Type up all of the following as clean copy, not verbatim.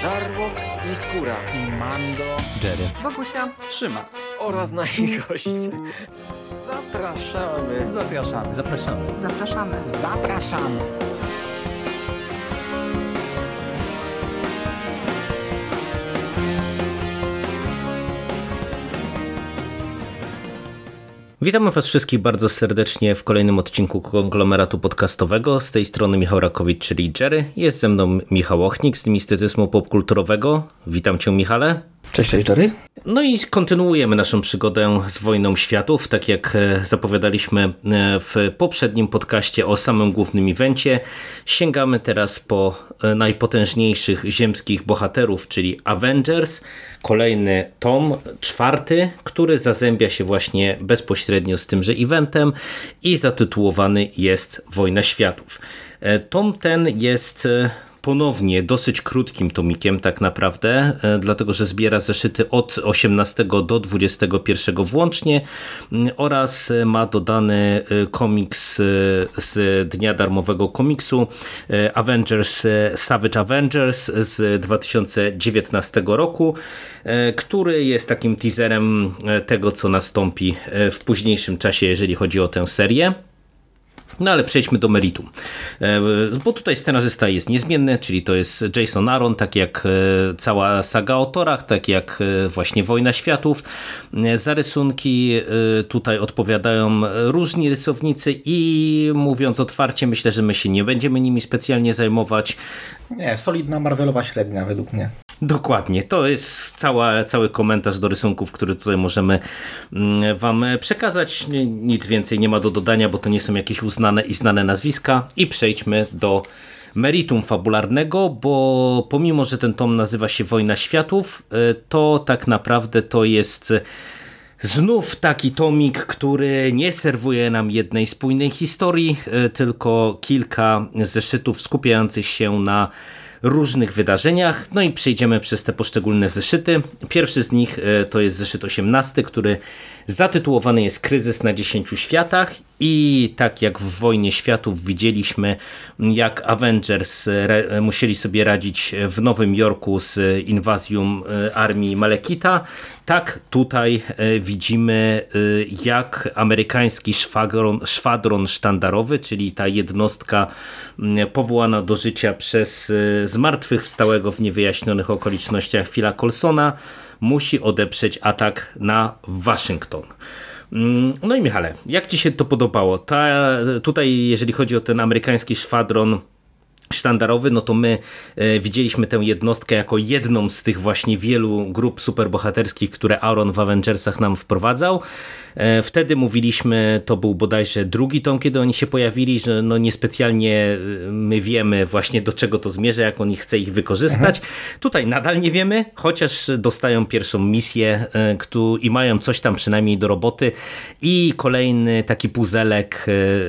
Żarłok i Skóra i Mando, Jerry, Wokusia, Szymas oraz nasi goście. Zapraszamy. Zapraszamy. zapraszamy. zapraszamy. Zapraszamy. Witamy Was wszystkich bardzo serdecznie w kolejnym odcinku konglomeratu podcastowego. Z tej strony Michał Rakowicz, czyli Jerry. Jest ze mną Michał Ochnik z Mistycyzmu Popkulturowego. Witam Cię, Michale. Cześć Jerry. No i kontynuujemy naszą przygodę z Wojną Światów, tak jak zapowiadaliśmy w poprzednim podcaście o samym głównym evencie. Sięgamy teraz po najpotężniejszych ziemskich bohaterów, czyli Avengers. Kolejny tom, 4, który zazębia się właśnie bezpośrednio z tymże eventem i zatytułowany jest Wojna Światów. Tom ten jest ponownie dosyć krótkim tomikiem tak naprawdę, dlatego że zbiera zeszyty od 18 do 21 włącznie oraz ma dodany komiks z dnia darmowego komiksu Avengers Savage Avengers z 2019 roku, który jest takim teaserem tego, co nastąpi w późniejszym czasie, jeżeli chodzi o tę serię. No ale przejdźmy do meritum, bo tutaj scenarzysta jest niezmienny, czyli to jest Jason Aaron, tak jak cała saga o Torach, tak jak właśnie Wojna Światów. Za rysunki tutaj odpowiadają różni rysownicy i mówiąc otwarcie, myślę, że my się nie będziemy nimi specjalnie zajmować. Nie, solidna Marvelowa średnia według mnie. Dokładnie, to jest cały komentarz do rysunków, który tutaj możemy Wam przekazać. Nic więcej nie ma do dodania, bo to nie są jakieś uznane i znane nazwiska. I przejdźmy do meritum fabularnego, bo pomimo, że ten tom nazywa się Wojna Światów, to tak naprawdę to jest znów taki tomik, który nie serwuje nam jednej spójnej historii, tylko kilka zeszytów skupiających się na różnych wydarzeniach. No i przejdziemy przez te poszczególne zeszyty. Pierwszy z nich to jest zeszyt 18, który zatytułowany jest Kryzys na 10 światach i tak jak w Wojnie Światów widzieliśmy, jak Avengers musieli sobie radzić w Nowym Jorku z inwazją armii Malekita, tak tutaj widzimy, jak amerykański szwadron sztandarowy, czyli ta jednostka powołana do życia przez zmartwychwstałego w niewyjaśnionych okolicznościach Phila Coulsona, musi odeprzeć atak na Waszyngton. No i Michale, jak Ci się to podobało? Tutaj, jeżeli chodzi o ten amerykański szwadron sztandarowy, no to my widzieliśmy tę jednostkę jako jedną z tych właśnie wielu grup superbohaterskich, które Aaron w Avengersach nam wprowadzał. Wtedy mówiliśmy, to był bodajże drugi tom, kiedy oni się pojawili, że no niespecjalnie my wiemy właśnie do czego to zmierza, jak on chce ich wykorzystać. Tutaj nadal nie wiemy, chociaż dostają pierwszą misję i mają coś tam przynajmniej do roboty i kolejny taki puzelek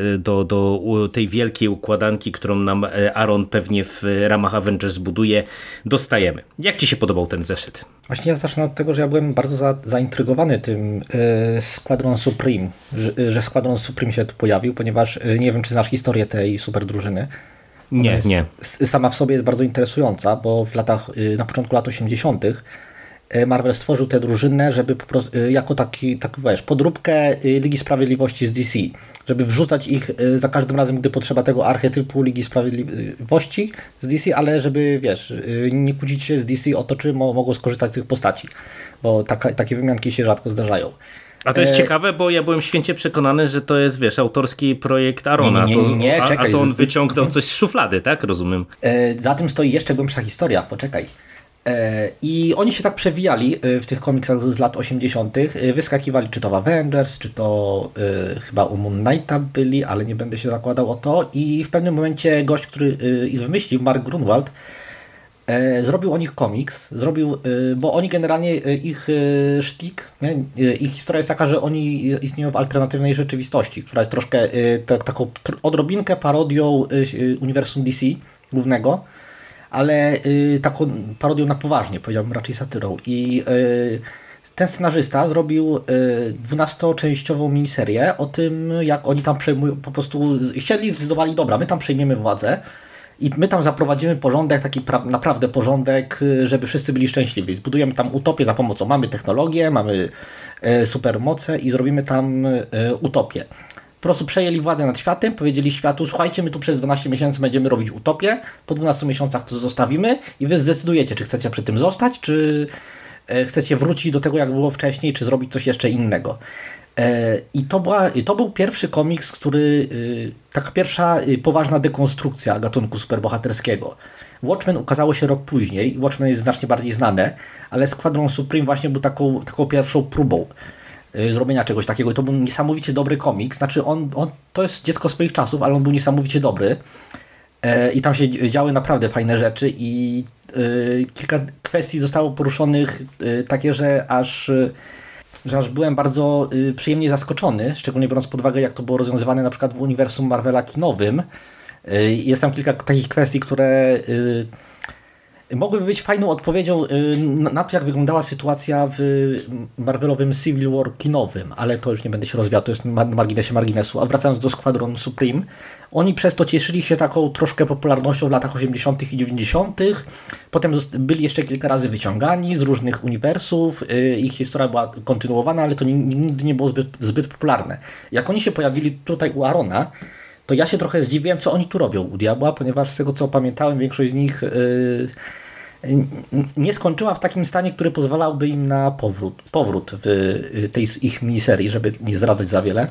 do tej wielkiej układanki, którą nam Aaron pewnie w ramach Avengers buduje, dostajemy. Jak Ci się podobał ten zeszyt? Właśnie ja zacznę od tego, że ja byłem bardzo zaintrygowany tym Squadron Supreme, że Squadron Supreme się tu pojawił, ponieważ nie wiem, czy znasz historię tej super drużyny. Nie. Sama w sobie jest bardzo interesująca, bo na początku lat 80. Marvel stworzył tę drużynę, żeby po prostu, jako taki podróbkę Ligi Sprawiedliwości z DC, żeby wrzucać ich za każdym razem, gdy potrzeba tego archetypu Ligi Sprawiedliwości z DC, ale żeby, nie kłócić się z DC o to, czy mogą skorzystać z tych postaci, bo takie wymianki się rzadko zdarzają. A to jest ciekawe, bo ja byłem święcie przekonany, że to jest, autorski projekt Arona. Nie, czekaj. A to on wyciągnął coś z szuflady, tak? Rozumiem. Za tym stoi jeszcze głębsza historia, poczekaj. I oni się tak przewijali w tych komiksach z lat 80. Wyskakiwali czy to w Avengers, czy to chyba u Moon Knighta byli, ale nie będę się zakładał o to. I w pewnym momencie gość, który ich wymyślił, Mark Grunwald, zrobił o nich komiks, bo oni generalnie, ich sztik, ich historia jest taka, że oni istnieją w alternatywnej rzeczywistości, która jest troszkę taką odrobinkę parodią uniwersum DC głównego, ale taką parodią na poważnie, powiedziałbym raczej satyrą. I ten scenarzysta zrobił 12-częściową miniserię o tym, jak oni tam przejmują, po prostu zdecydowali, dobra, my tam przejmiemy władzę, i my tam zaprowadzimy porządek, taki naprawdę porządek, żeby wszyscy byli szczęśliwi. Zbudujemy tam utopię za pomocą, mamy technologię, mamy supermoce i zrobimy tam utopię. Po prostu przejęli władzę nad światem, powiedzieli światu, słuchajcie, my tu przez 12 miesięcy będziemy robić utopię, po 12 miesiącach to zostawimy i wy zdecydujecie, czy chcecie przy tym zostać, czy chcecie wrócić do tego, jak było wcześniej, czy zrobić coś jeszcze innego. I to był pierwszy komiks, taka pierwsza poważna dekonstrukcja gatunku superbohaterskiego. Watchmen ukazało się rok później, Watchmen jest znacznie bardziej znane, ale Squadron Supreme właśnie był taką pierwszą próbą zrobienia czegoś takiego i to był niesamowicie dobry komiks, znaczy on to jest dziecko swoich czasów, ale on był niesamowicie dobry i tam się działy naprawdę fajne rzeczy i kilka kwestii zostało poruszonych takie, że aż byłem bardzo przyjemnie zaskoczony, szczególnie biorąc pod uwagę, jak to było rozwiązywane na przykład w uniwersum Marvela kinowym. Jest tam kilka takich kwestii, które mogłyby być fajną odpowiedzią na to, jak wyglądała sytuacja w Marvelowym Civil War kinowym, ale to już nie będę się rozwijał, to jest na marginesie marginesu. A wracając do Squadron Supreme, oni przez to cieszyli się taką troszkę popularnością w latach 80. i 90. Potem byli jeszcze kilka razy wyciągani z różnych uniwersów, ich historia była kontynuowana, ale to nigdy nie było zbyt popularne. Jak oni się pojawili tutaj u Arona, to ja się trochę zdziwiłem, co oni tu robią u Diabła, ponieważ z tego, co pamiętałem, większość z nich nie skończyła w takim stanie, który pozwalałby im na powrót w tej ich miniserii, żeby nie zdradzać za wiele.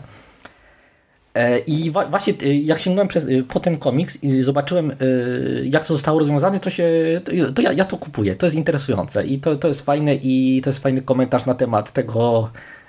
I właśnie jak sięgnąłem po ten komiks i zobaczyłem, jak to zostało rozwiązane, to ja to kupuję. To jest interesujące i to jest fajne i to jest fajny komentarz na temat tego.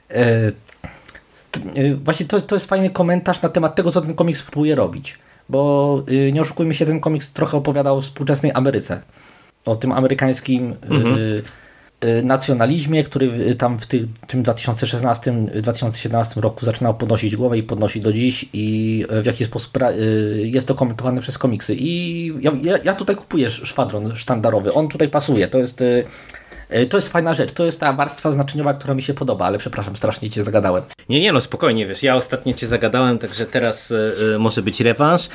Właśnie to jest fajny komentarz na temat tego, co ten komiks próbuje robić. Bo nie oszukujmy się, ten komiks trochę opowiadał o współczesnej Ameryce. O tym amerykańskim nacjonalizmie, który tam w tym 2016-2017 roku zaczynał podnosić głowę i podnosi do dziś i w jaki sposób jest to komentowane przez komiksy. I ja tutaj kupuję szwadron sztandarowy. On tutaj pasuje. To jest fajna rzecz. To jest ta warstwa znaczeniowa, która mi się podoba, ale przepraszam, strasznie cię zagadałem. Nie, no spokojnie, wiesz, ja ostatnio cię zagadałem, także teraz może być rewanż,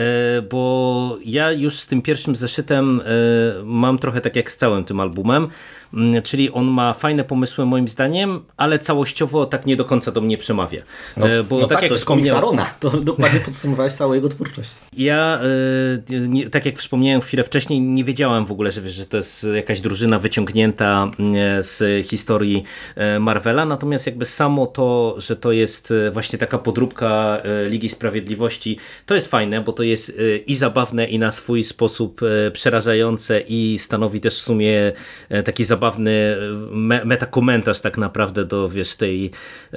bo ja już z tym pierwszym zeszytem mam trochę tak jak z całym tym albumem, czyli on ma fajne pomysły moim zdaniem, ale całościowo tak nie do końca do mnie przemawia. Bo tak jak to jest komiks Arona, to dokładnie podsumowałeś całą jego twórczość. Ja, tak jak wspomniałem chwilę wcześniej, nie wiedziałem w ogóle, że to jest jakaś drużyna wyciągnięta z historii Marvela, natomiast jakby samo to, że to jest właśnie taka podróbka Ligi Sprawiedliwości, to jest fajne, bo to jest i zabawne, i na swój sposób przerażające i stanowi też w sumie taki zabawny metakomentarz tak naprawdę do, wiesz, tej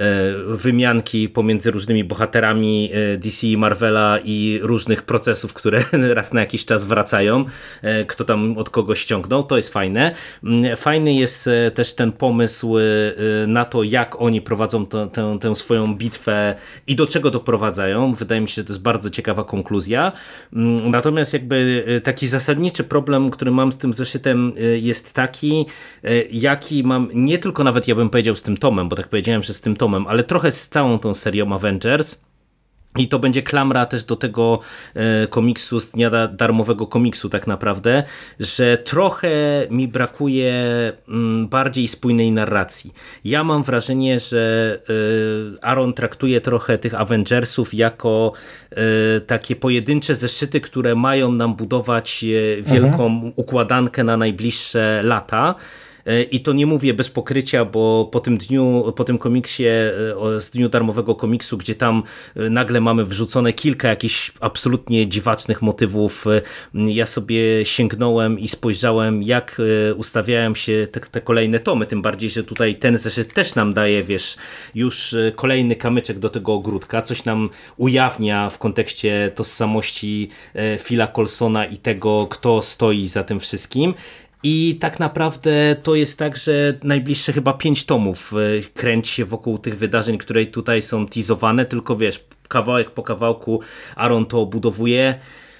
wymianki pomiędzy różnymi bohaterami DC i Marvela i różnych procesów, które raz na jakiś czas wracają, kto tam od kogo ściągnął, to jest fajne. Fajny jest też ten pomysł na to, jak oni prowadzą tę swoją bitwę i do czego doprowadzają. Wydaje mi się, że to jest bardzo ciekawa konkluzja. Natomiast jakby taki zasadniczy problem, który mam z tym zeszytem jest taki, jaki mam nie tylko nawet, ja bym powiedział, z tym tomem, bo tak powiedziałem, że z tym tomem, ale trochę z całą tą serią Avengers. I to będzie klamra też do tego komiksu, z dnia darmowego komiksu tak naprawdę, że trochę mi brakuje bardziej spójnej narracji. Ja mam wrażenie, że Aaron traktuje trochę tych Avengersów jako takie pojedyncze zeszyty, które mają nam budować wielką układankę na najbliższe lata. I to nie mówię bez pokrycia, bo po tym komiksie, z dniu darmowego komiksu, gdzie tam nagle mamy wrzucone kilka jakichś absolutnie dziwacznych motywów, ja sobie sięgnąłem i spojrzałem, jak ustawiają się te kolejne tomy, tym bardziej, że tutaj ten zeszyt też nam daje, wiesz, już kolejny kamyczek do tego ogródka, coś nam ujawnia w kontekście tożsamości Phila Coulsona i tego, kto stoi za tym wszystkim. I tak naprawdę to jest tak, że najbliższe chyba 5 tomów kręci się wokół tych wydarzeń, które tutaj są teasowane, tylko wiesz, kawałek po kawałku Aaron to obudowuje.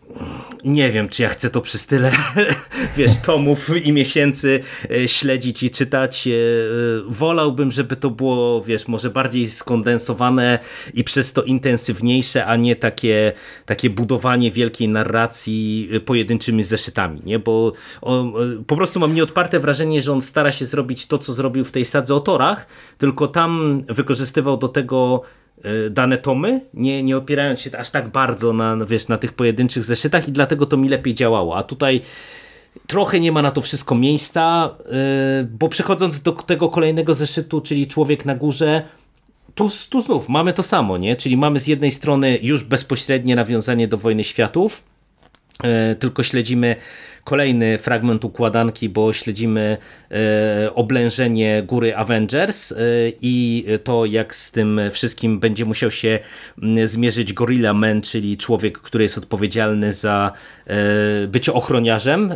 nie wiem, czy ja chcę to przez tyle, wiesz, tomów i miesięcy śledzić i czytać. Wolałbym, żeby to było, wiesz, może bardziej skondensowane i przez to intensywniejsze, a nie takie budowanie wielkiej narracji pojedynczymi zeszytami, nie? Bo po prostu mam nieodparte wrażenie, że on stara się zrobić to, co zrobił w tej Sadze o Torach, tylko tam wykorzystywał do tego dane tomy, nie opierając się aż tak bardzo na tych pojedynczych zeszytach i dlatego to mi lepiej działało. A tutaj trochę nie ma na to wszystko miejsca, bo przechodząc do tego kolejnego zeszytu, czyli Człowiek na górze, tu znów mamy to samo, nie? Czyli mamy z jednej strony już bezpośrednie nawiązanie do Wojny Światów, tylko śledzimy kolejny fragment układanki, bo śledzimy oblężenie góry Avengers i to, jak z tym wszystkim będzie musiał się zmierzyć Gorilla Man, czyli człowiek, który jest odpowiedzialny za bycie ochroniarzem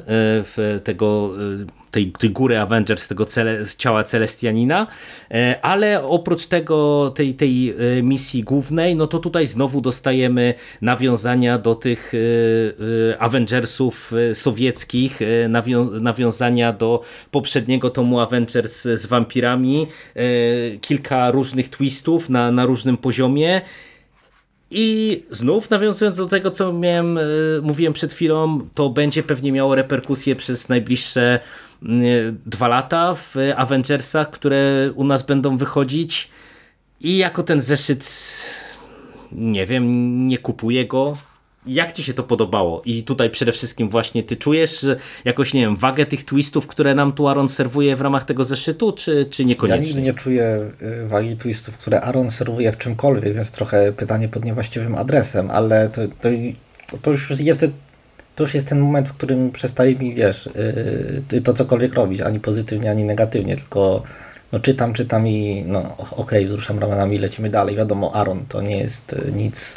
tej góry Avengers, tego ciała Celestianina, ale oprócz tego tej misji głównej, no to tutaj znowu dostajemy nawiązania do tych Avengersów sowieckich, nawiązania do poprzedniego tomu Avengers z wampirami, kilka różnych twistów na różnym poziomie. I znów nawiązując do tego, co mówiłem przed chwilą, to będzie pewnie miało reperkusje przez najbliższe 2 lata w Avengersach, które u nas będą wychodzić. I jako ten zeszyt, nie wiem, nie kupuję go. Jak ci się to podobało? I tutaj przede wszystkim właśnie ty czujesz jakoś, nie wiem, wagę tych twistów, które nam tu Aaron serwuje w ramach tego zeszytu, czy niekoniecznie? Ja nigdy nie czuję wagi twistów, które Aaron serwuje w czymkolwiek, więc trochę pytanie pod niewłaściwym adresem, ale to już jest ten moment, w którym przestaje mi, wiesz, to cokolwiek robić, ani pozytywnie, ani negatywnie, tylko no czytam i no okej, wzruszam ramionami i lecimy dalej. Wiadomo, Aaron to nie jest nic...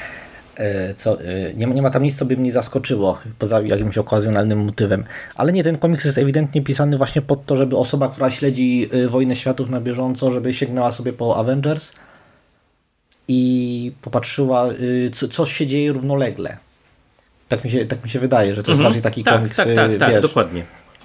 nie ma tam nic, co by mnie zaskoczyło poza jakimś okazjonalnym motywem, ale nie, ten komiks jest ewidentnie pisany właśnie pod to, żeby osoba, która śledzi Wojnę Światów na bieżąco, żeby sięgnęła sobie po Avengers i popatrzyła, co się dzieje równolegle. Tak mi się wydaje, że to jest bardziej taki komiks, tak, wiesz, dokładnie.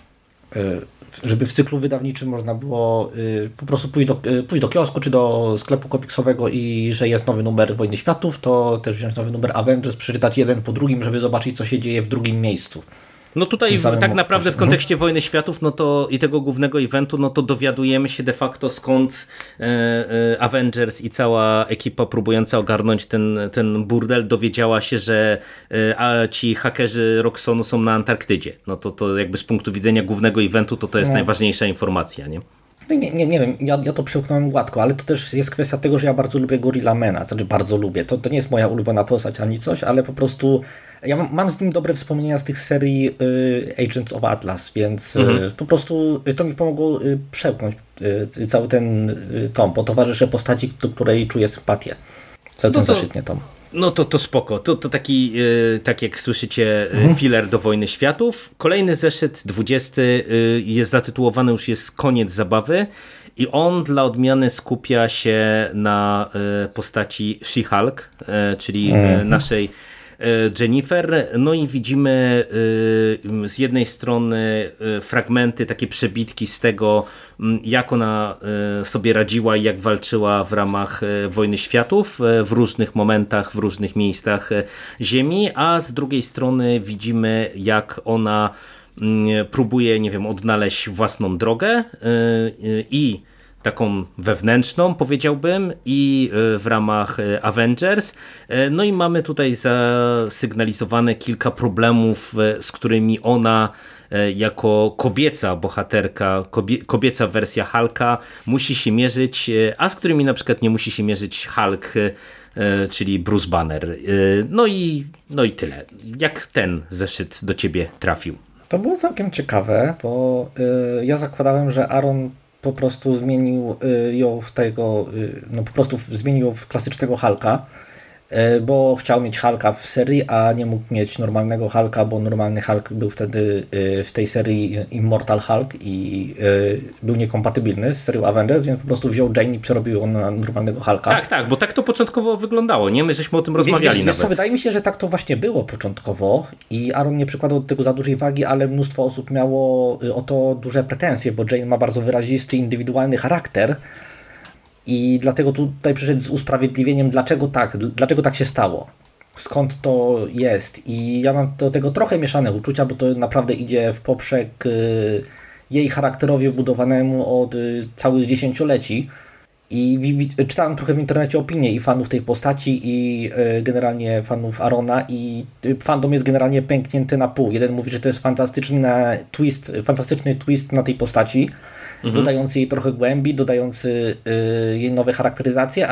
Żeby w cyklu wydawniczym można było po prostu pójść do kiosku czy do sklepu komiksowego i że jest nowy numer Wojny Światów, to też wziąć nowy numer Avengers, przeczytać jeden po drugim, żeby zobaczyć, co się dzieje w drugim miejscu. No tutaj tak naprawdę w kontekście Wojny Światów, no to i tego głównego eventu, no to dowiadujemy się de facto, skąd Avengers i cała ekipa próbująca ogarnąć ten burdel dowiedziała się, że ci hakerzy Roxxonu są na Antarktydzie. No to jakby z punktu widzenia głównego eventu to jest najważniejsza informacja, nie? Nie wiem, ja to przełknąłem gładko, ale to też jest kwestia tego, że ja bardzo lubię Gorilla Mana, znaczy bardzo lubię. To nie jest moja ulubiona postać ani coś, ale po prostu ja mam z nim dobre wspomnienia z tych serii Agents of Atlas, więc po prostu to mi pomogło przełknąć cały ten tom, bo towarzyszę postaci, do której czuję sympatię. Cały ten zaszczytnie tom. No to spoko. To taki, tak jak słyszycie, filler do Wojny Światów. Kolejny zeszyt, 20, jest zatytułowany, już jest Koniec zabawy i on dla odmiany skupia się na postaci She-Hulk, czyli naszej Jennifer. No i widzimy z jednej strony fragmenty, takie przebitki z tego, jak ona sobie radziła i jak walczyła w ramach Wojny Światów w różnych momentach, w różnych miejscach Ziemi, a z drugiej strony widzimy, jak ona próbuje, nie wiem, odnaleźć własną drogę i taką wewnętrzną, powiedziałbym, i w ramach Avengers. No i mamy tutaj zasygnalizowane kilka problemów, z którymi ona jako kobieca bohaterka, kobieca wersja Hulka musi się mierzyć, a z którymi na przykład nie musi się mierzyć Hulk, czyli Bruce Banner. No i tyle. Jak ten zeszyt do ciebie trafił? To było całkiem ciekawe, bo ja zakładałem, że Aaron po prostu zmienił ją w tego, no po prostu zmienił ją w klasycznego Hulka, bo chciał mieć Hulka w serii, a nie mógł mieć normalnego Hulka, bo normalny Hulk był wtedy w tej serii Immortal Hulk i był niekompatybilny z serią Avengers, więc po prostu wziął Jane i przerobił ją na normalnego Hulka. Tak, bo tak to początkowo wyglądało, nie? My żeśmy o tym rozmawiali Wiesz nawet. co, wydaje mi się, że tak to właśnie było początkowo i Aaron nie przykładał do tego za dużej wagi, ale mnóstwo osób miało o to duże pretensje, bo Jane ma bardzo wyrazisty, indywidualny charakter. I dlatego tutaj przyszedł z usprawiedliwieniem, dlaczego tak się stało. Skąd to jest. I ja mam do tego trochę mieszane uczucia, bo to naprawdę idzie w poprzek jej charakterowi budowanemu od całych dziesięcioleci. I czytałem trochę w internecie opinie i fanów tej postaci i generalnie fanów Arona i fandom jest generalnie pęknięty na pół. Jeden mówi, że to jest fantastyczny twist na tej postaci, dodający jej trochę głębi, dodający jej nowe charakteryzacje,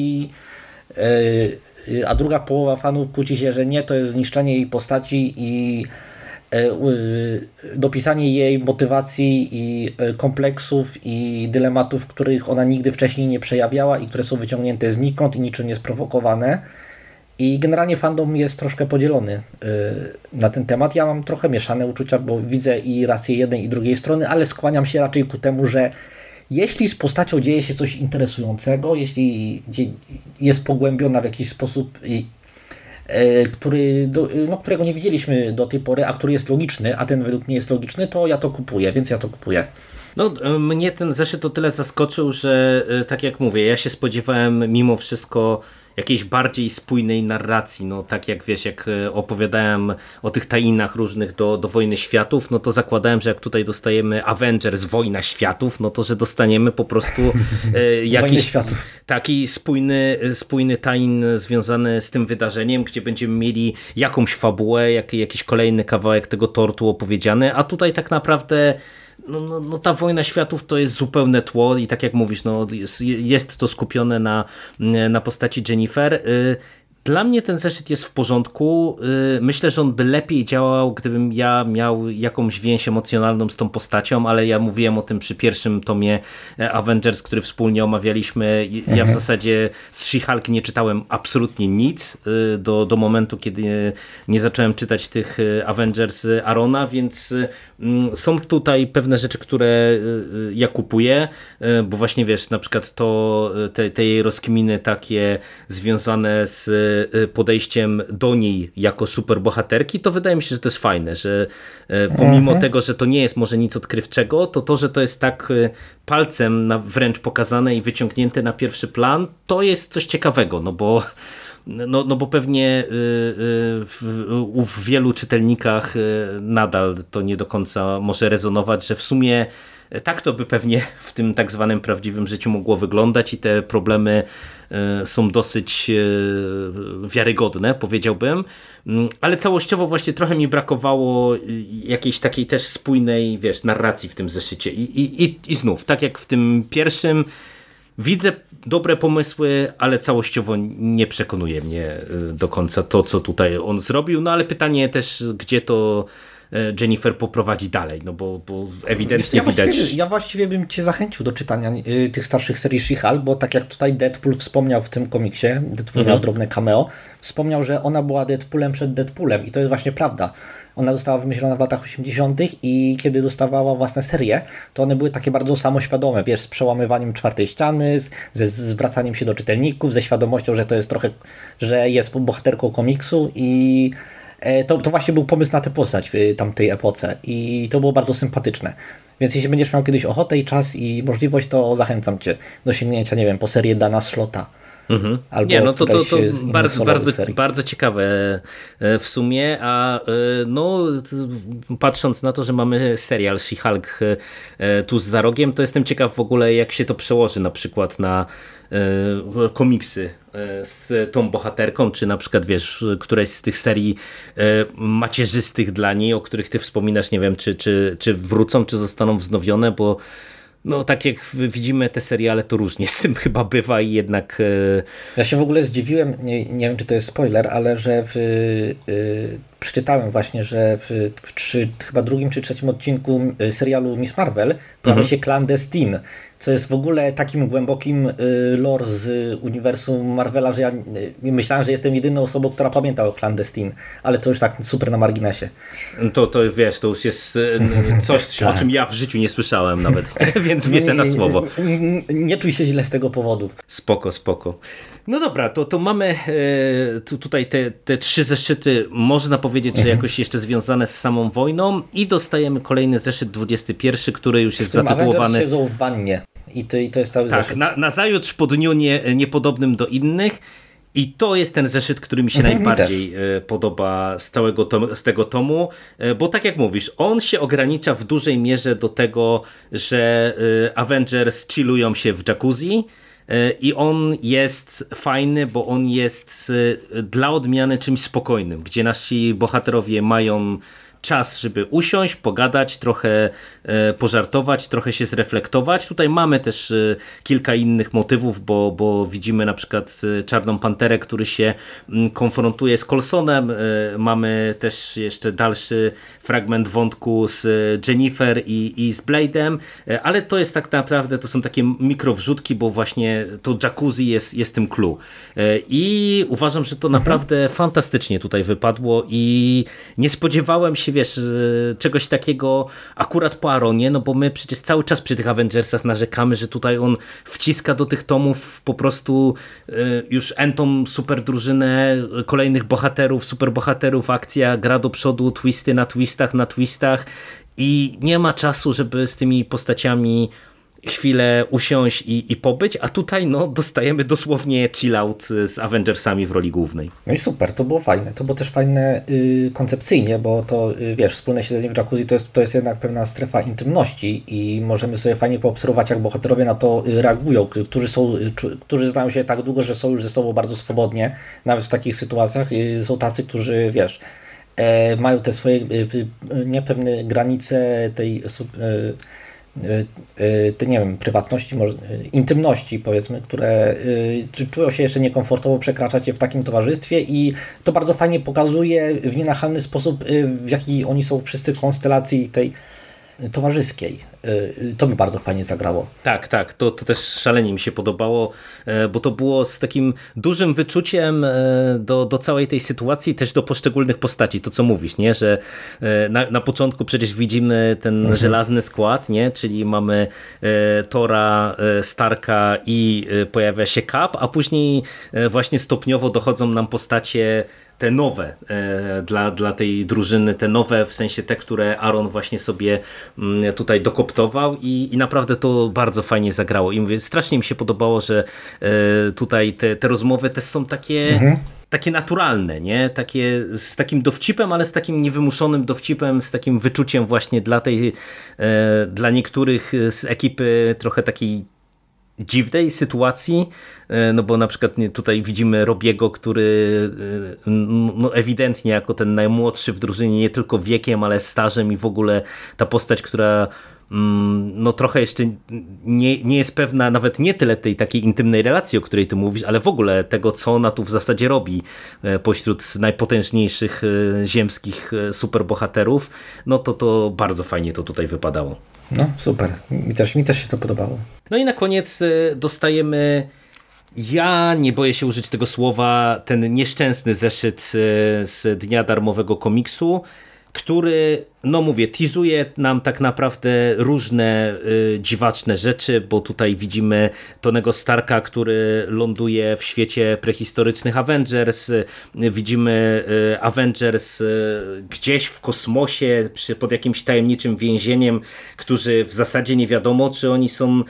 a druga połowa fanów kłóci się, że nie, to jest zniszczenie jej postaci i dopisanie jej motywacji i kompleksów i dylematów, których ona nigdy wcześniej nie przejawiała i które są wyciągnięte znikąd i niczym niesprowokowane. I generalnie fandom jest troszkę podzielony na ten temat. Ja mam trochę mieszane uczucia, bo widzę i rację jednej i drugiej strony, ale skłaniam się raczej ku temu, że jeśli z postacią dzieje się coś interesującego, jeśli jest pogłębiona w jakiś sposób, którego nie widzieliśmy do tej pory, a który jest logiczny, a ten według mnie jest logiczny, to ja to kupuję, więc ja to kupuję. No, mnie ten zeszyt o tyle zaskoczył, że tak jak mówię, ja się spodziewałem mimo wszystko jakiejś bardziej spójnej narracji, no tak jak wiesz, jak opowiadałem o tych tajinach różnych do Wojny Światów, no to zakładałem, że jak tutaj dostajemy Avengers Wojna Światów, no to że dostaniemy po prostu jakiś taki spójny tajin związany z tym wydarzeniem, gdzie będziemy mieli jakąś fabułę, jakiś kolejny kawałek tego tortu opowiedziany, a tutaj tak naprawdę no ta Wojna Światów to jest zupełne tło i tak jak mówisz, no jest to skupione na postaci Jennifer. Dla mnie ten zeszyt jest w porządku. Myślę, że on by lepiej działał, gdybym ja miał jakąś więź emocjonalną z tą postacią, ale ja mówiłem o tym przy pierwszym tomie Avengers, który wspólnie omawialiśmy. Ja w zasadzie z She-Hulk nie czytałem absolutnie nic do momentu, kiedy nie zacząłem czytać tych Avengers Arona, więc są tutaj pewne rzeczy, które ja kupuję, bo właśnie wiesz, na przykład te jej rozkminy takie związane z podejściem do niej jako superbohaterki, to wydaje mi się, że to jest fajne, że pomimo tego, że to nie jest może nic odkrywczego, to że to jest tak palcem wręcz pokazane i wyciągnięte na pierwszy plan, to jest coś ciekawego, no bo pewnie w wielu czytelnikach nadal to nie do końca może rezonować, że w sumie tak to by pewnie w tym tak zwanym prawdziwym życiu mogło wyglądać i te problemy są dosyć wiarygodne, powiedziałbym, ale całościowo właśnie trochę mi brakowało jakiejś takiej też spójnej, wiesz, narracji w tym zeszycie i znów, tak jak w tym pierwszym, widzę dobre pomysły, ale całościowo nie przekonuje mnie do końca to, co tutaj on zrobił, no ale pytanie też, gdzie to Jennifer poprowadzi dalej, no bo ewidentnie widać. Ja właściwie bym cię zachęcił do czytania tych starszych serii She-Hulk, bo tak jak tutaj Deadpool wspomniał w tym komiksie, Deadpool miał drobne cameo, wspomniał, że ona była Deadpoolem przed Deadpoolem i to jest właśnie prawda. Ona została wymyślona w latach 80. i kiedy dostawała własne serie, to one były takie bardzo samoświadome, wiesz, z przełamywaniem czwartej ściany, ze zwracaniem się do czytelników, ze świadomością, że to jest trochę, że jest bohaterką komiksu i to właśnie był pomysł na tę postać w tamtej epoce i to było bardzo sympatyczne. Więc jeśli będziesz miał kiedyś ochotę i czas i możliwość, to zachęcam cię do sięgnięcia, nie wiem, po serię Dana Slota. Albo nie, no to bardzo ciekawe w sumie, a no patrząc na to, że mamy serial She-Hulk tuż za rogiem, to jestem ciekaw w ogóle, jak się to przełoży na przykład na komiksy z tą bohaterką, czy na przykład wiesz, któreś z tych serii macierzystych dla niej, o których ty wspominasz, nie wiem, czy wrócą, czy zostaną wznowione, bo no tak jak widzimy te seriale, to różnie z tym chyba bywa i jednak... Ja się w ogóle zdziwiłem, nie wiem czy to jest spoiler, ale że przeczytałem właśnie, że chyba drugim czy trzecim odcinku serialu Miss Marvel pojawia się Clandestine, co jest w ogóle takim głębokim lore z uniwersum Marvela, że ja myślałem, że jestem jedyną osobą, która pamięta o Clandestine, ale to już tak super na marginesie. To wiesz, to już jest coś, o czym ja w życiu nie słyszałem nawet, więc wierzę na słowo. Nie czuj się źle z tego powodu. Spoko. No dobra, to mamy tutaj te 3 zeszyty, można powiedzieć, że jakoś jeszcze związane z samą wojną i dostajemy kolejny zeszyt 21, który już jest zatytułowany... Avengers siedzą w wannie i to jest cały zeszyt. Tak, nazajutrz po dniu niepodobnym do innych. I to jest ten zeszyt, który mi się najbardziej podoba z tego tomu, bo tak jak mówisz, on się ogranicza w dużej mierze do tego, że Avengers chillują się w jacuzzi i on jest fajny, bo on jest dla odmiany czymś spokojnym, gdzie nasi bohaterowie mają czas, żeby usiąść, pogadać, trochę pożartować, trochę się zreflektować. Tutaj mamy też kilka innych motywów, bo widzimy na przykład Czarną Panterę, który się konfrontuje z Coulsonem. Mamy też jeszcze dalszy fragment wątku z Jennifer i z Blade'em, ale to jest tak naprawdę, to są takie mikrowrzutki, bo właśnie to jacuzzi jest tym clue. I uważam, że to naprawdę fantastycznie tutaj wypadło i nie spodziewałem się, wiesz, czegoś takiego akurat po Aaronie, no bo my przecież cały czas przy tych Avengersach narzekamy, że tutaj on wciska do tych tomów po prostu już entą super drużynę kolejnych bohaterów, superbohaterów, akcja gra do przodu, twisty na twistach i nie ma czasu, żeby z tymi postaciami chwilę usiąść i pobyć, a tutaj no dostajemy dosłownie chill out z Avengersami w roli głównej. No i super, to było fajne. To było też fajne koncepcyjnie, bo to wiesz, wspólne siedzenie w jacuzzi to jest jednak pewna strefa intymności i możemy sobie fajnie poobserwować, jak bohaterowie na to reagują, którzy znają się tak długo, że są już ze sobą bardzo swobodnie, nawet w takich sytuacjach. Są tacy, którzy wiesz, mają te swoje niepewne granice tej nie wiem, prywatności, może intymności powiedzmy, które czują się jeszcze niekomfortowo przekraczać je w takim towarzystwie i to bardzo fajnie pokazuje w nienachalny sposób, w jaki oni są wszyscy konstelacji tej towarzyskiej. To mi bardzo fajnie zagrało. Tak, to też szalenie mi się podobało, bo to było z takim dużym wyczuciem do całej tej sytuacji, też do poszczególnych postaci, to co mówisz, nie? Że na początku przecież widzimy ten żelazny skład, nie? Czyli mamy Thora, Starka i pojawia się Cap, a później właśnie stopniowo dochodzą nam postacie te nowe dla tej drużyny, te nowe w sensie te, które Aaron właśnie sobie tutaj dokoptował i naprawdę to bardzo fajnie zagrało. I mówię, strasznie mi się podobało, że tutaj te rozmowy też są takie naturalne, nie? Takie z takim dowcipem, ale z takim niewymuszonym dowcipem, z takim wyczuciem właśnie dla niektórych z ekipy trochę takiej dziwnej sytuacji, no bo na przykład tutaj widzimy Robiego, który no ewidentnie jako ten najmłodszy w drużynie, nie tylko wiekiem, ale stażem i w ogóle ta postać, która no trochę jeszcze nie jest pewna nawet nie tyle tej takiej intymnej relacji, o której ty mówisz, ale w ogóle tego, co ona tu w zasadzie robi pośród najpotężniejszych ziemskich superbohaterów, no to bardzo fajnie to tutaj wypadało. No super, mi też się to podobało. No i na koniec dostajemy, ja nie boję się użyć tego słowa, ten nieszczęsny zeszyt z Dnia Darmowego Komiksu, który, no mówię, teasuje nam tak naprawdę różne dziwaczne rzeczy, bo tutaj widzimy Tonego Starka, który ląduje w świecie prehistorycznych Avengers, widzimy Avengers gdzieś w kosmosie, pod jakimś tajemniczym więzieniem, którzy w zasadzie nie wiadomo, czy oni są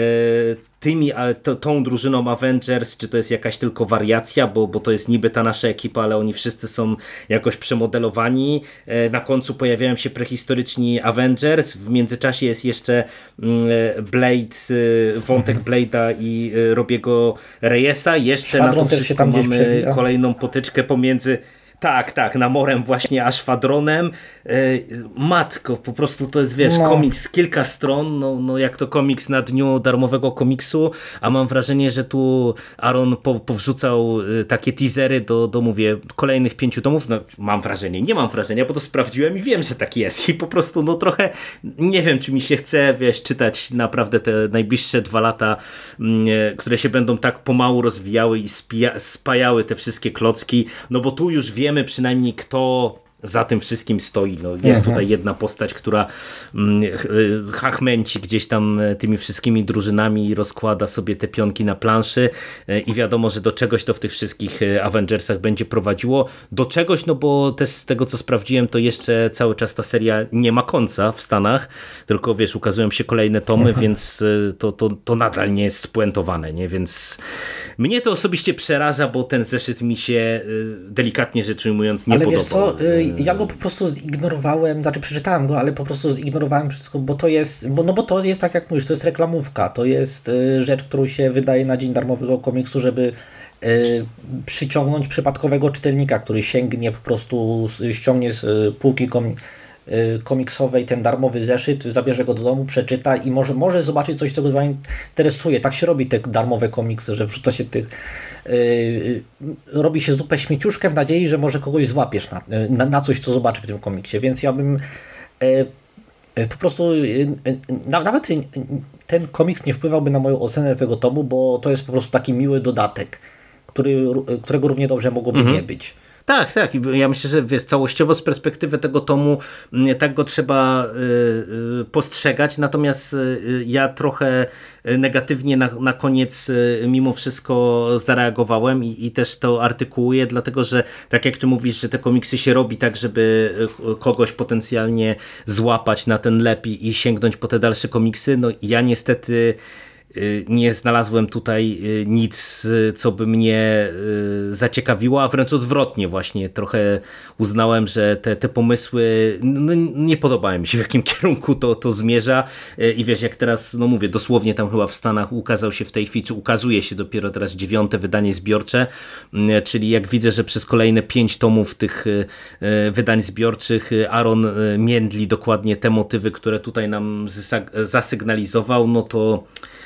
tą drużyną Avengers, czy to jest jakaś tylko wariacja, bo to jest niby ta nasza ekipa, ale oni wszyscy są jakoś przemodelowani. Na końcu pojawiają się prehistoryczni Avengers, w międzyczasie jest jeszcze Blade, wątek Blade'a i Robiego Reyesa, jeszcze Szwadron na to też się wszystko tam gdzieś mamy przewija. kolejną potyczkę Tak, Namorem właśnie, a Szwadronem. Matko, po prostu to jest, wiesz, No. komiks kilka stron, no jak to komiks na dniu darmowego komiksu, a mam wrażenie, że tu Aaron powrzucał takie teasery do mówię, kolejnych 5 tomów, no mam wrażenie, nie mam wrażenia, bo to sprawdziłem i wiem, że tak jest i po prostu no trochę nie wiem, czy mi się chce, wiesz, czytać naprawdę te najbliższe 2 lata, które się będą tak pomału rozwijały i spajały te wszystkie klocki, no bo tu już wiemy przynajmniej kto za tym wszystkim stoi. No, jest tutaj jedna postać, która chachmęci gdzieś tam tymi wszystkimi drużynami i rozkłada sobie te pionki na planszy i wiadomo, że do czegoś to w tych wszystkich Avengersach będzie prowadziło. Do czegoś, no bo też z tego co sprawdziłem, to jeszcze cały czas ta seria nie ma końca w Stanach, tylko wiesz, ukazują się kolejne tomy, więc to nadal nie jest spuentowane, nie? Więc mnie to osobiście przeraża, bo ten zeszyt mi się delikatnie rzecz ujmując nie ale podobał. wiesz co, ja go po prostu zignorowałem, znaczy przeczytałem go, ale po prostu zignorowałem wszystko, bo to jest, bo to jest tak jak mówisz, to jest reklamówka, to jest rzecz, którą się wydaje na dzień darmowego komiksu, żeby przyciągnąć przypadkowego czytelnika, który sięgnie po prostu, ściągnie z półki komiksowej ten darmowy zeszyt, zabierze go do domu, przeczyta i może zobaczyć coś, co go zainteresuje. Tak się robi te darmowe komiksy, że wrzuca się robi się zupę śmieciuszkę w nadziei, że może kogoś złapiesz na coś, co zobaczy w tym komiksie. Więc ja bym po prostu nawet ten komiks nie wpływałby na moją ocenę tego tomu, bo to jest po prostu taki miły dodatek, którego równie dobrze mogłoby nie być. Tak. Ja myślę, że wiesz, całościowo z perspektywy tego tomu tak go trzeba postrzegać, natomiast ja trochę negatywnie na koniec mimo wszystko zareagowałem i też to artykułuję, dlatego że tak jak ty mówisz, że te komiksy się robi tak, żeby kogoś potencjalnie złapać na ten lep i sięgnąć po te dalsze komiksy, no ja niestety nie znalazłem tutaj nic, co by mnie zaciekawiło, a wręcz odwrotnie właśnie. Trochę uznałem, że te pomysły nie podobały mi się, w jakim kierunku to zmierza i wiesz, jak teraz, no mówię, dosłownie tam chyba w Stanach ukazał się w tej chwili, czy ukazuje się dopiero teraz 9. wydanie zbiorcze, czyli jak widzę, że przez kolejne 5 tomów tych wydań zbiorczych Aaron międli dokładnie te motywy, które tutaj nam zasygnalizował, no to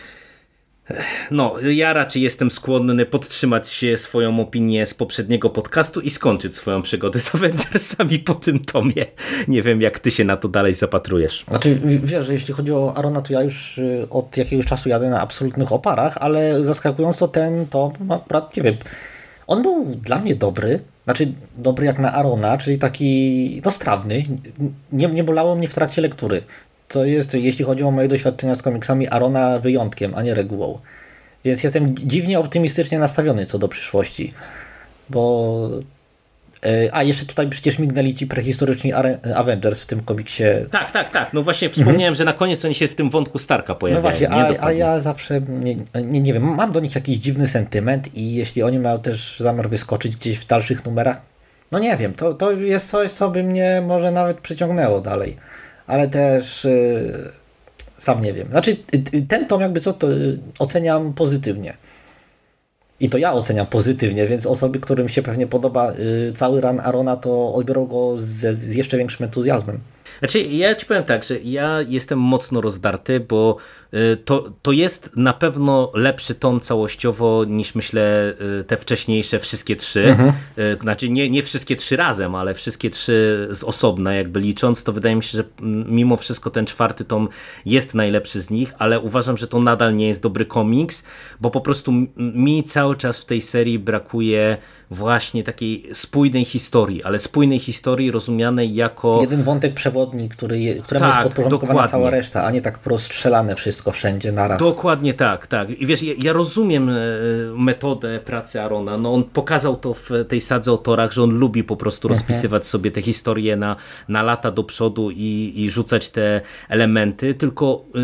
ja raczej jestem skłonny podtrzymać swoją opinię z poprzedniego podcastu i skończyć swoją przygodę z Avengersami po tym tomie. Nie wiem, jak ty się na to dalej zapatrujesz. Znaczy, wiesz, że jeśli chodzi o Arona, to ja już od jakiegoś czasu jadę na absolutnych oparach, ale zaskakująco ten tom, nie wiem, on był dla mnie dobry, znaczy dobry jak na Arona, czyli taki, strawny. Nie bolało mnie w trakcie lektury. Co jest, jeśli chodzi o moje doświadczenia z komiksami, Arona wyjątkiem, a nie regułą. Więc jestem dziwnie optymistycznie nastawiony co do przyszłości. Bo... jeszcze tutaj przecież mignęli ci prehistoryczni Avengers w tym komiksie. Tak. No właśnie wspomniałem, że na koniec oni się w tym wątku Starka pojawiają. No właśnie, a ja zawsze, nie wiem, mam do nich jakiś dziwny sentyment i jeśli oni mają też zamiar wyskoczyć gdzieś w dalszych numerach, no nie wiem, to jest coś, co by mnie może nawet przyciągnęło dalej. Ale też sam nie wiem. Znaczy ten tom jakby to oceniam pozytywnie. I to ja oceniam pozytywnie, więc osoby, którym się pewnie podoba cały run Arona, to odbiorą go z jeszcze większym entuzjazmem. Znaczy, ja ci powiem tak, że ja jestem mocno rozdarty, bo to jest na pewno lepszy tom całościowo niż myślę te wcześniejsze wszystkie 3. Znaczy nie wszystkie 3 razem, ale wszystkie 3 z osobna jakby licząc, to wydaje mi się, że mimo wszystko ten 4. tom jest najlepszy z nich, ale uważam, że to nadal nie jest dobry komiks, bo po prostu mi cały czas w tej serii brakuje właśnie takiej spójnej historii, ale spójnej historii rozumianej jako... Jeden wątek przewodni, któremu jest podporządkowana cała reszta, a nie tak rozstrzelane wszystko wszędzie naraz. Dokładnie tak. I wiesz, ja rozumiem metodę pracy Arona, no on pokazał to w tej sadze o torach, że on lubi po prostu rozpisywać sobie te historie na lata do przodu i rzucać te elementy, tylko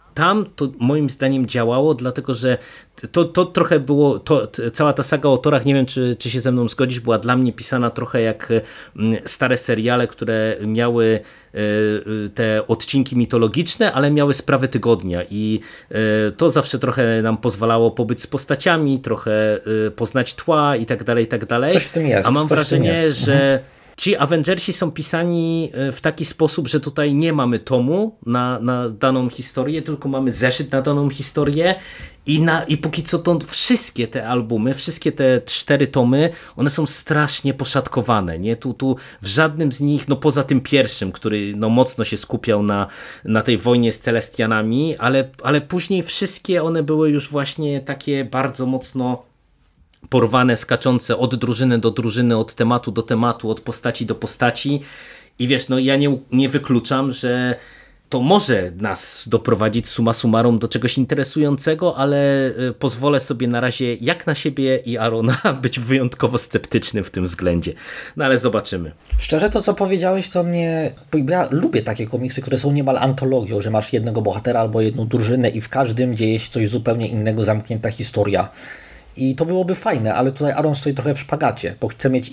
tam to moim zdaniem działało, dlatego że to trochę było, cała ta saga o Torach, nie wiem czy się ze mną zgodzisz, była dla mnie pisana trochę jak stare seriale, które miały te odcinki mitologiczne, ale miały sprawy tygodnia i to zawsze trochę nam pozwalało pobyć z postaciami, trochę poznać tła i tak dalej, i tak dalej. Coś w tym jest. A mam wrażenie, że ci Avengersi są pisani w taki sposób, że tutaj nie mamy tomu na daną historię, tylko mamy zeszyt na daną historię i póki co to wszystkie te albumy, wszystkie te 4 tomy, one są strasznie poszatkowane. Nie? Tu w żadnym z nich, no poza tym pierwszym, który no mocno się skupiał na tej wojnie z Celestianami, ale później wszystkie one były już właśnie takie bardzo mocno porwane, skaczące od drużyny do drużyny, od tematu do tematu, od postaci do postaci i wiesz, no ja nie wykluczam, że to może nas doprowadzić summa summarum do czegoś interesującego, ale pozwolę sobie na razie jak na siebie i Arona być wyjątkowo sceptycznym w tym względzie. No ale zobaczymy. Szczerze to co powiedziałeś to mnie, bo ja lubię takie komiksy, które są niemal antologią, że masz jednego bohatera albo jedną drużynę i w każdym dzieje się coś zupełnie innego, zamknięta historia. I to byłoby fajne, ale tutaj Aaron stoi trochę w szpagacie, bo chce mieć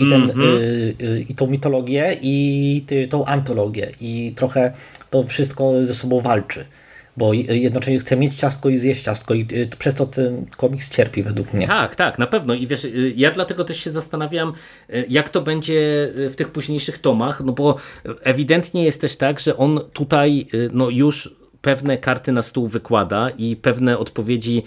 i tą mitologię, i tą antologię. I trochę to wszystko ze sobą walczy. Bo jednocześnie chce mieć ciastko i zjeść ciastko i przez to ten komiks cierpi według mnie. Tak, na pewno. I wiesz, ja dlatego też się zastanawiam, jak to będzie w tych późniejszych tomach, no bo ewidentnie jest też tak, że on tutaj no już pewne karty na stół wykłada i pewne odpowiedzi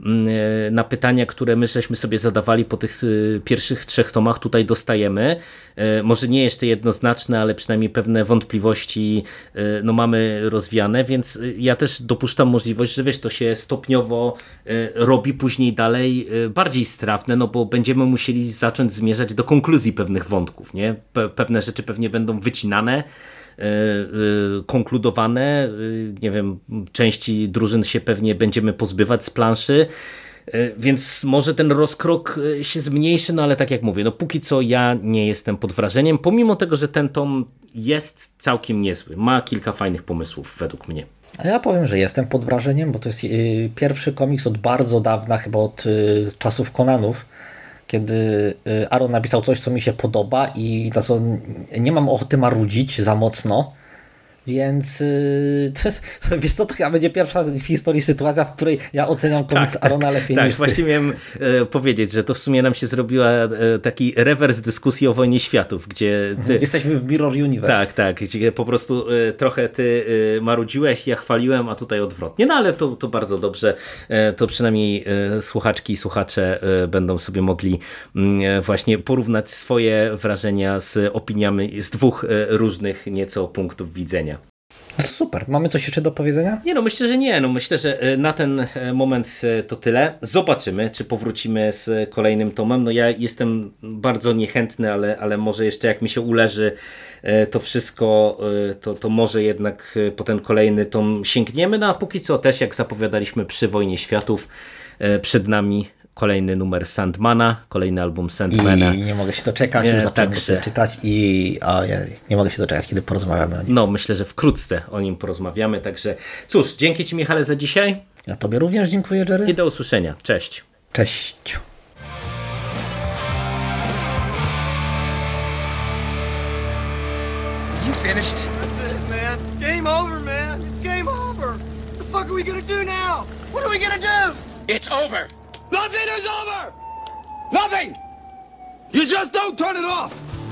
na pytania, które my żeśmy sobie zadawali po tych pierwszych 3 tomach tutaj dostajemy. Może nie jeszcze jednoznaczne, ale przynajmniej pewne wątpliwości no mamy rozwiane, więc ja też dopuszczam możliwość, że wiesz, to się stopniowo robi później dalej bardziej strawne, no bo będziemy musieli zacząć zmierzać do konkluzji pewnych wątków, nie? Pewne rzeczy pewnie będą wycinane, konkludowane, nie wiem, części drużyn się pewnie będziemy pozbywać z planszy, więc może ten rozkrok się zmniejszy, no ale tak jak mówię, no póki co ja nie jestem pod wrażeniem, pomimo tego, że ten tom jest całkiem niezły, ma kilka fajnych pomysłów według mnie. A ja powiem, że jestem pod wrażeniem, bo to jest pierwszy komiks od bardzo dawna, chyba od czasów Conanów, kiedy Aaron napisał coś, co mi się podoba i na co nie mam ochoty marudzić za mocno, więc wiesz co, to chyba będzie pierwsza w historii sytuacja, w której ja oceniam komiks Aarona lepiej niż ty. Właśnie miałem powiedzieć, że to w sumie nam się zrobiła taki rewers dyskusji o Wojnie Światów, gdzie jesteśmy w Mirror Universe. Tak, gdzie po prostu trochę ty marudziłeś, ja chwaliłem, a tutaj odwrotnie. No ale to bardzo dobrze, to przynajmniej słuchaczki i słuchacze będą sobie mogli właśnie porównać swoje wrażenia z opiniami z 2 różnych nieco punktów widzenia. No to super. Mamy coś jeszcze do powiedzenia? Nie, no myślę, że nie. No myślę, że na ten moment to tyle. Zobaczymy, czy powrócimy z kolejnym tomem. No ja jestem bardzo niechętny, ale może jeszcze jak mi się uleży to wszystko, to może jednak po ten kolejny tom sięgniemy. No a póki co też, jak zapowiadaliśmy przy Wojnie Światów, przed nami kolejny numer Sandmana, kolejny album Sandmana. I nie mogę się doczekać, już zacząłem czytać i nie mogę się doczekać, kiedy porozmawiamy o nim. No, myślę, że wkrótce o nim porozmawiamy, także cóż, dzięki Ci Michale za dzisiaj. Ja Tobie również dziękuję, Jerry. I do usłyszenia. Cześć. Cześć. You finished? That's it, man. Game over, man. It's game over. What the fuck are we gonna do now? What are we gonna do? It's over. Nothing is over! Nothing! You just don't turn it off!